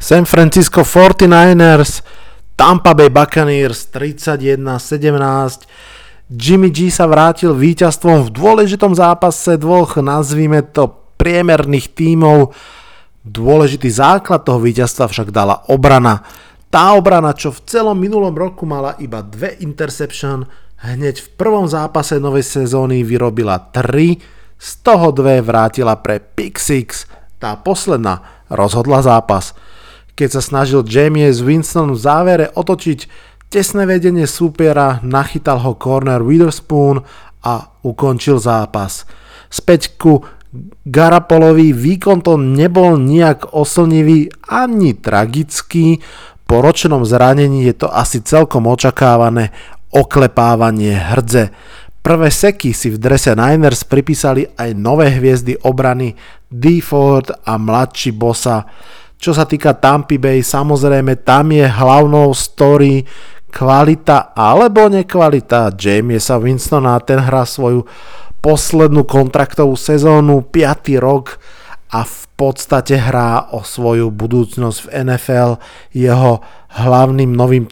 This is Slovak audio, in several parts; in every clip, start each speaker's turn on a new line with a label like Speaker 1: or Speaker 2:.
Speaker 1: San Francisco 49ers, Tampa Bay Buccaneers 31-17. Jimmy G sa vrátil víťazstvom v dôležitom zápase dvoch, nazvime to, priemerných tímov. Dôležitý základ toho víťazstva však dala obrana. Tá obrana, čo v celom minulom roku mala iba 2 interception, hneď v prvom zápase novej sezóny vyrobila 3, z toho 2 vrátila pre pick six. Tá posledná rozhodla zápas. Keď sa snažil Jameis Winston v závere otočiť tesné vedenie súpera, nachytal ho corner Witherspoon a ukončil zápas. Späť ku Garapolovi výkon to nebol nejak oslnivý ani tragický. Po ročnom zranení je to asi celkom očakávané oklepávanie hrdze. Prvé seky si v drese Niners pripísali aj nové hviezdy obrany Dee Ford a mladší Bosa. Čo sa týka Tampa Bay, samozrejme tam je hlavnou story kvalita alebo nekvalita Jamesa Winstona. Ten hrá svoju poslednú kontraktovú sezónu, 5. rok a v podstate hrá o svoju budúcnosť v NFL. Jeho hlavným novým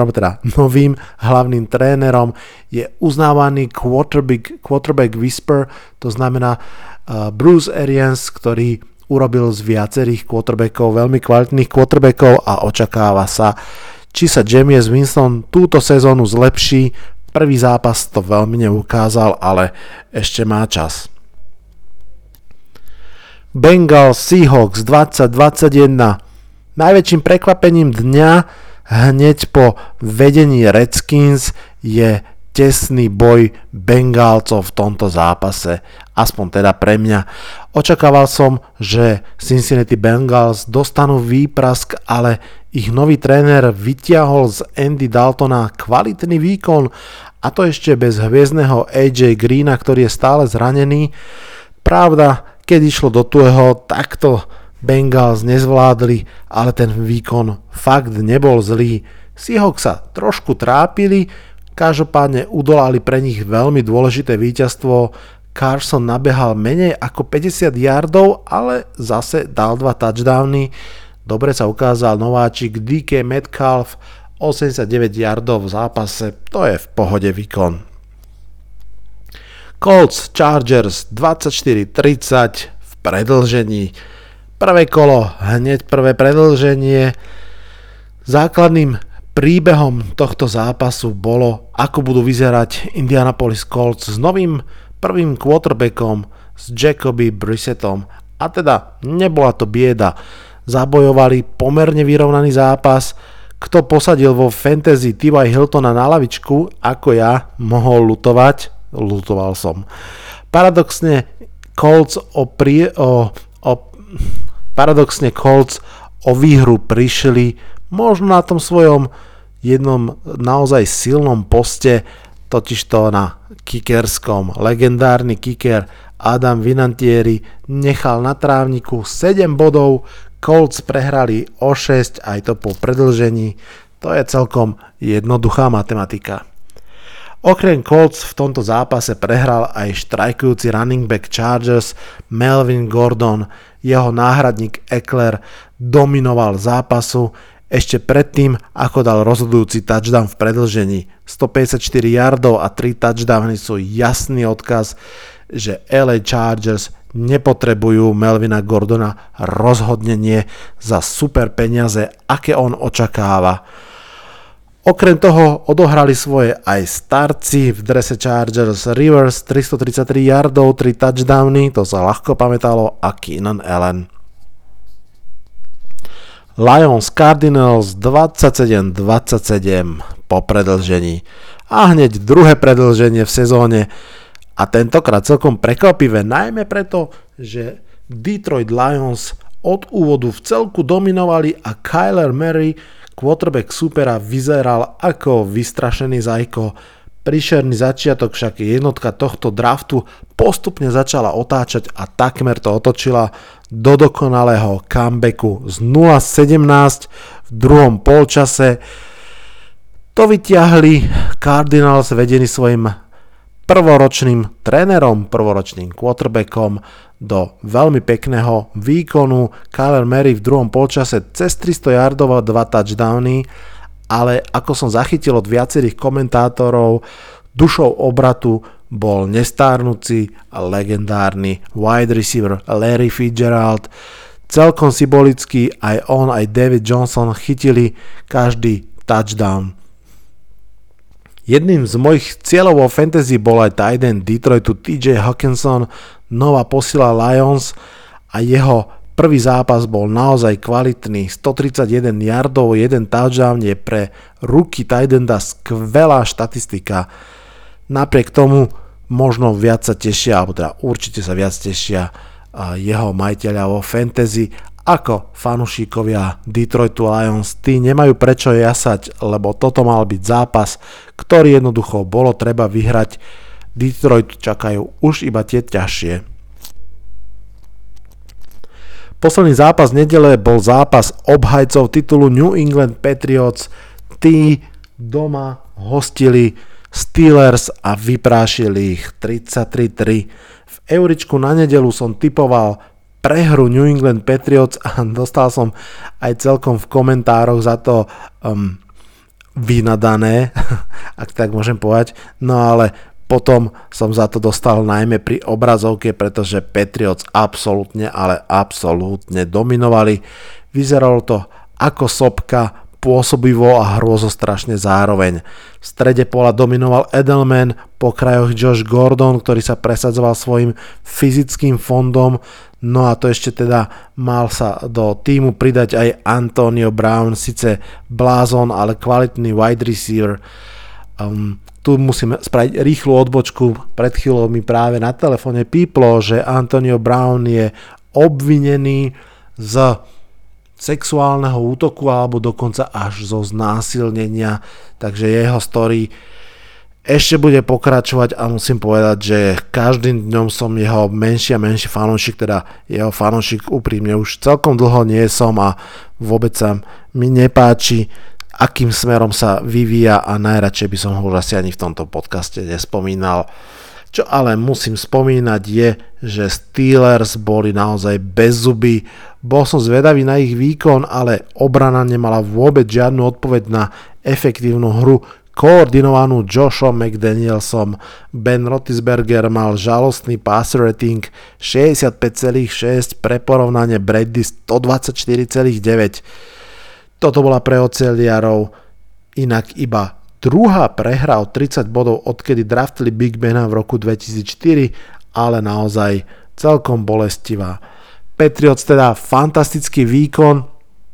Speaker 1: trénerom je uznávaný quarterback whisper, to znamená Bruce Arians, ktorý urobil z viacerých quarterbackov veľmi kvalitných quarterbackov a očakáva sa, či sa Jameis Winston túto sezónu zlepší. Prvý zápas to veľmi neukázal, ale ešte má čas. Bengals Seahawks 20-21. Najväčším prekvapením dňa hneď po vedení Redskins je tesný boj Bengálcov v tomto zápase. Aspoň teda pre mňa. Očakával som, že Cincinnati Bengals dostanú výprask, ale ich nový tréner vytiahol z Andy Daltona kvalitný výkon, a to ešte bez hviezdneho AJ Greena, ktorý je stále zranený. Pravda, keď išlo do tuého, takto Bengals nezvládli, ale ten výkon fakt nebol zlý. Seahawks sa trošku trápili, každopádne udolali pre nich veľmi dôležité víťazstvo. Carson nabehal menej ako 50 yardov, ale zase dal 2 touchdowny. Dobre sa ukázal nováčik DK Metcalf, 89 yardov v zápase, to je v pohode výkon. Colts Chargers 24-30 v predĺžení. Prvé kolo, hneď prvé predĺženie. Základným príbehom tohto zápasu bolo, ako budú vyzerať Indianapolis Colts s novým prvým quarterbackom, s Jacoby Brissettom. A teda nebola to bieda. Zabojovali pomerne vyrovnaný zápas. Kto posadil vo fantasy T.Y. Hiltona na lavičku, ako ja, mohol lutoval som. Paradoxne Colts o výhru prišli možno na tom svojom jednom naozaj silnom poste, totižto na kickerskom. Legendárny kicker Adam Vinatieri nechal na trávniku 7 bodov, Colts prehrali o 6, aj to po predĺžení. To je celkom jednoduchá matematika. Okrem Colts v tomto zápase prehral aj štrajkujúci running back Chargers Melvin Gordon. Jeho náhradník Eckler dominoval zápasu ešte predtým, ako dal rozhodujúci touchdown v predĺžení. 154 yardov a 3 touchdowny sú jasný odkaz, že LA Chargers nepotrebujú Melvina Gordona rozhodne nie za super peniaze, aké on očakáva. Okrem toho odohrali svoje aj starci v drese Chargers. Rivers 333 yardov, 3 touchdowny, to sa ľahko pamätalo, a Keenan Allen. Lions Cardinals 27-27 po predĺžení. A hneď druhé predĺženie v sezóne. A tentokrát celkom prekvapivé, najmä preto, že Detroit Lions od úvodu v celku dominovali a Kyler Murray, quarterback supera, vyzeral ako vystrašený zajko. Príšerný začiatok však jednotka tohto draftu postupne začala otáčať a takmer to otočila do dokonalého comebacku z 0-17 v druhom polčase. To vyťahli Cardinals vedení svojim prvoročným trénerom, prvoročným quarterbackom do veľmi pekného výkonu. Kyler Murray v druhom polčase cez 300 yardov a 2 touchdowny, ale ako som zachytil od viacerých komentátorov, dušou obratu bol nestárnuci a legendárny wide receiver Larry Fitzgerald. Celkom symbolicky aj on, aj David Johnson chytili každý touchdown. Jedným z mojich cieľov vo fantasy bol aj tight end Detroitu TJ Hawkinson, nová posila Lions, a jeho prvý zápas bol naozaj kvalitný. 131 yardov, 1 touchdown je pre rookie tight enda skvelá štatistika. Napriek tomu možno viac sa tešia, alebo teda určite sa viac tešia jeho majiteľia vo fantasy ako fanúšikovia Detroitu Lions. Tí nemajú prečo jasať, lebo toto mal byť zápas, ktorý jednoducho bolo treba vyhrať. Detroit čakajú už iba tie ťažšie. Posledný zápas nedele bol zápas obhajcov titulu New England Patriots. Tí doma hostili Steelers a vyprášili ich 33-3. V euričku na nedelu som tipoval prehru New England Patriots a dostal som aj celkom v komentároch za to vynadané, ak tak môžem povedať. No ale potom som za to dostal najmä pri obrazovke, pretože Patriots absolútne, ale absolútne dominovali. Vyzeralo to ako sopka, pôsobivo a hrôzostrašne zároveň. V strede pola dominoval Edelman, po krajoch Josh Gordon, ktorý sa presadzoval svojim fyzickým fondom, no a to ešte teda mal sa do týmu pridať aj Antonio Brown, síce blázon, ale kvalitný wide receiver. Tu musím spraviť rýchlu odbočku, pred chvíľou mi práve na telefóne píplo, že Antonio Brown je obvinený z sexuálneho útoku alebo dokonca až zo znásilnenia, takže jeho story ešte bude pokračovať a musím povedať, že každým dňom som jeho menší a menší fanúšik, teda jeho fanúšik úprimne už celkom dlho nie som a vôbec sa mi nepáči, akým smerom sa vyvíja a najradšej by som ho už asi ani v tomto podcaste nespomínal. Čo ale musím spomínať je, že Steelers boli naozaj bez zuby. Bol som zvedavý na ich výkon, ale obrana nemala vôbec žiadnu odpoveď na efektívnu hru koordinovanú Joshom McDanielsom. Ben Roethlisberger mal žalostný passer rating 65,6, pre porovnanie Brady 124,9. Toto bola pre oceliarov inak iba druhá prehra o 30 bodov, odkedy draftili Big Bena v roku 2004, ale naozaj celkom bolestivá. Patriots teda fantastický výkon.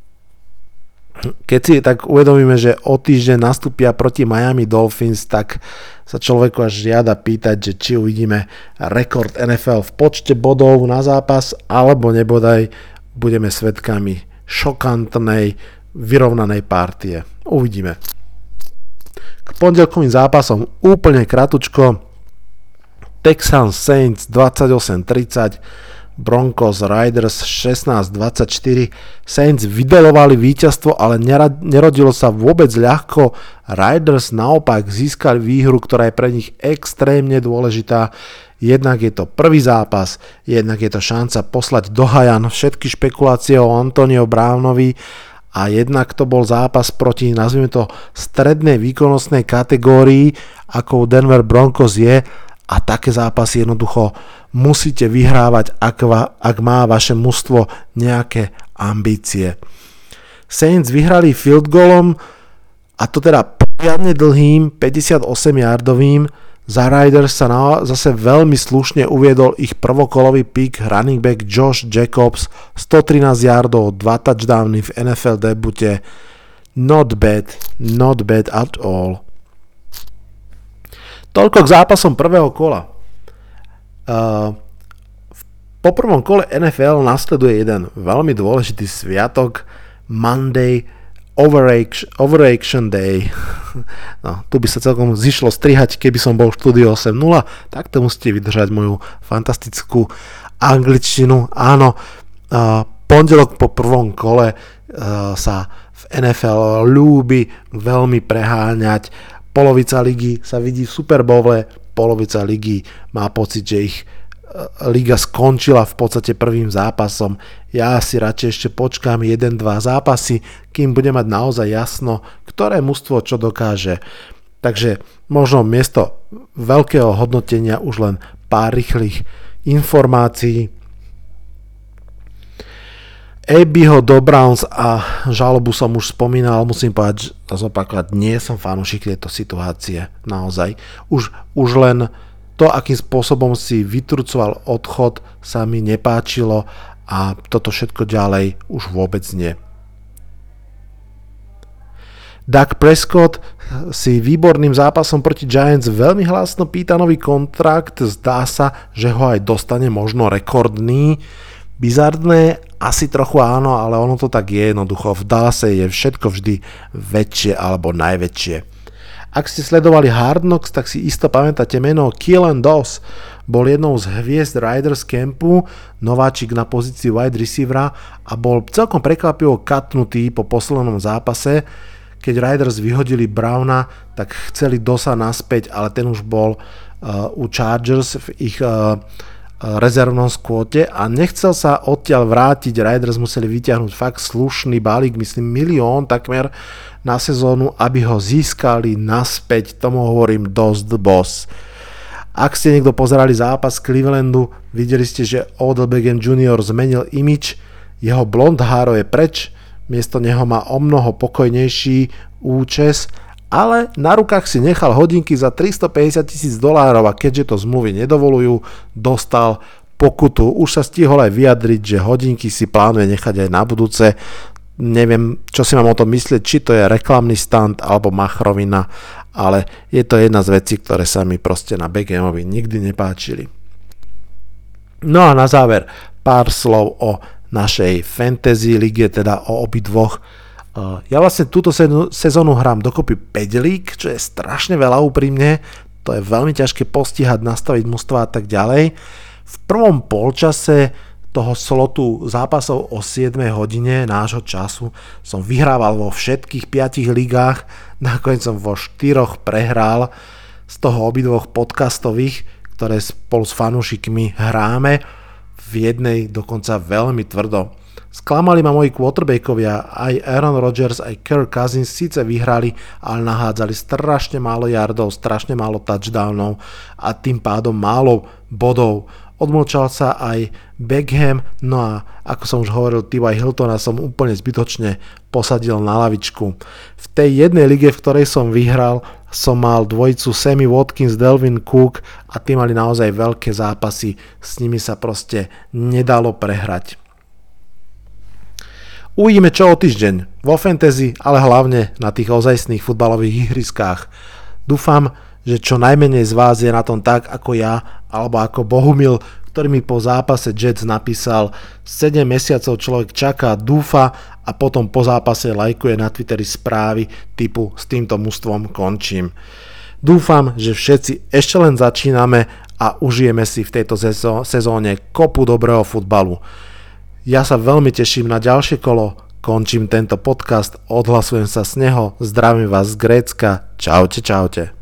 Speaker 1: Keď si tak uvedomíme, že o týždeň nastúpia proti Miami Dolphins, tak sa človeku až žiada pýtať, že či uvidíme rekord NFL v počte bodov na zápas, alebo nebodaj budeme svedkami šokantnej, vyrovnanej partie. Uvidíme. K pondelkovým zápasom úplne kratučko. Texans Saints 28-30, Broncos Raiders 16-24. Saints vydelovali víťazstvo, ale nerodilo sa vôbec ľahko. Raiders naopak získali výhru, ktorá je pre nich extrémne dôležitá. Jednak je to prvý zápas, jednak je to šanca poslať do hajan všetky špekulácie o Antonio Brownovi a jednak to bol zápas proti, nazvime to, strednej výkonnostnej kategórii, ako Denver Broncos je, a také zápasy jednoducho musíte vyhrávať, ak má vaše mužstvo nejaké ambície. Saints vyhrali field goalom, a to teda poriadne dlhým 58-yardovým. Za Raiders sa zase veľmi slušne uviedol ich prvokolový pick running back Josh Jacobs, 113 yardov, 2 touchdowny v NFL debute. Not bad at all. Toľko k zápasom prvého kola. Po prvom kole NFL nasleduje jeden veľmi dôležitý sviatok, Monday Overreaction Day. No, tu by sa celkom zišlo strihať, keby som bol v štúdiu 8.0, tak to musíte vydržať moju fantastickú angličtinu. Áno, pondelok po prvom kole sa v NFL ľúbi veľmi preháňať. Polovica ligy sa vidí v Super Bowle, polovica ligy má pocit, že ich liga skončila v podstate prvým zápasom. Ja si radšej ešte počkám 1-2 zápasy, kým bude mať naozaj jasno, ktoré mužstvo čo dokáže. Takže možno miesto veľkého hodnotenia už len pár rýchlych informácií. Abbeyho do Browns a žalobu som už spomínal, musím povedať, že zopakovať, nie som fanúšik tejto situácie, naozaj. Už len to, akým spôsobom si vytrucoval odchod, sa mi nepáčilo a toto všetko ďalej už vôbec nie. Dak Prescott si výborným zápasom proti Giants veľmi hlasno pýta nový kontrakt, zdá sa, že ho aj dostane možno rekordný. Bizarné, asi trochu áno, ale ono to tak je jednoducho. V Dallase je všetko vždy väčšie alebo najväčšie. Ak ste sledovali Hard Knocks, tak si isto pamätáte meno Keelan Doss. Bol jednou z hviezd Riders campu, nováčik na pozícii wide receivera a bol celkom prekvapivo katnutý po poslednom zápase. Keď Riders vyhodili Browna, tak chceli Dossa naspäť, ale ten už bol u Chargers v ich rezervnom skvote a nechcel sa odtiaľ vrátiť. Riders museli vyťahnuť fakt slušný balík, myslím 1 000 000 takmer na sezónu, aby ho získali naspäť. Tomu hovorím dosť boss. Ak ste niekto pozerali zápas Clevelandu, videli ste, že Odell Beckham Jr. zmenil imič, jeho blond háro je preč, miesto neho má omnoho pokojnejší účes, ale na rukách si nechal hodinky za $350,000 a keďže to zmluvy nedovolujú, dostal pokutu. Už sa stihol aj vyjadriť, že hodinky si plánuje nechať aj na budúce. Neviem, čo si mám o tom myslieť, či to je reklamný stand alebo machrovina, ale je to jedna z vecí, ktoré sa mi proste na Beckhamovi nikdy nepáčili. No a na záver pár slov o našej fantasy lige, teda o obidvoch. Ja vlastne túto sezónu hrám dokopy 5 líg, čo je strašne veľa úprimne, to je veľmi ťažké postihať, nastaviť mužstva a tak ďalej. V prvom polčase toho slotu zápasov o 7 hodine nášho času som vyhrával vo všetkých 5 ligách, nakoniec som vo 4 prehral, z toho obidvoch podcastových, ktoré spolu s fanúšikmi hráme, v jednej dokonca veľmi tvrdo. Sklamali ma moji quarterbackovia, aj Aaron Rodgers, aj Kirk Cousins síce vyhrali, ale nahádzali strašne málo yardov, strašne málo touchdownov a tým pádom málo bodov. Odmlčal sa aj Beckham, no a ako som už hovoril, T.Y. Hiltona som úplne zbytočne posadil na lavičku. V tej jednej lige, v ktorej som vyhral, som mal dvojicu Sammy Watkins, Delvin Cook a tí mali naozaj veľké zápasy, s nimi sa proste nedalo prehrať. Uvidíme čo o týždeň vo fantasy, ale hlavne na tých ozajstných futbalových ihriskách. Dúfam, že čo najmenej z vás je na tom tak ako ja, alebo ako Bohumil, ktorý mi po zápase Jets napísal 7 mesiacov človek čaká, dúfa a potom po zápase lajkuje na Twitteri správy typu s týmto mužstvom končím. Dúfam, že všetci ešte len začíname a užijeme si v tejto sezóne kopu dobrého futbalu. Ja sa veľmi teším na ďalšie kolo, končím tento podcast, odhlasujem sa z neho, zdravím vás z Grécka, čaute, čaute.